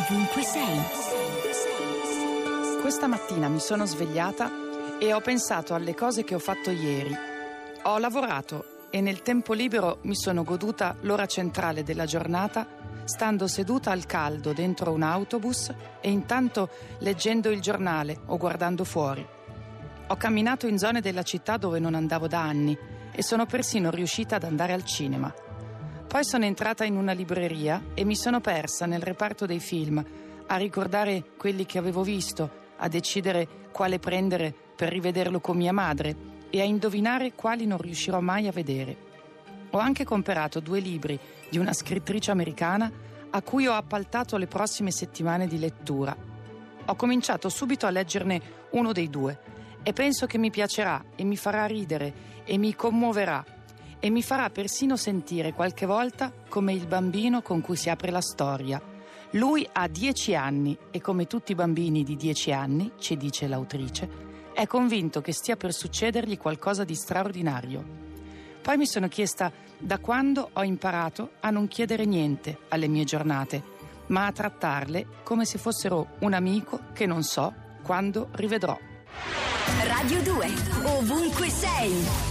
ovunque sei. Questa mattina mi sono svegliata e ho pensato alle cose che ho fatto ieri. Ho lavorato e nel tempo libero mi sono goduta l'ora centrale della giornata stando seduta al caldo dentro un autobus e intanto leggendo il giornale o guardando fuori. Ho camminato in zone della città dove non andavo da anni e sono persino riuscita ad andare al cinema. Poi sono entrata in una libreria e mi sono persa nel reparto dei film, a ricordare quelli che avevo visto, a decidere quale prendere per rivederlo con mia madre e a indovinare quali non riuscirò mai a vedere. Ho anche comprato 2 libri di una scrittrice americana a cui ho appaltato le prossime settimane di lettura. Ho cominciato subito a leggerne uno dei 2 e penso che mi piacerà e mi farà ridere e mi commuoverà e mi farà persino sentire qualche volta come il bambino con cui si apre la storia. Lui ha 10 anni e come tutti i bambini di 10 anni, ci dice l'autrice, è convinto che stia per succedergli qualcosa di straordinario. Poi mi sono chiesta da quando ho imparato a non chiedere niente alle mie giornate, ma a trattarle come se fossero un amico che non so quando rivedrò. Radio 2, ovunque sei.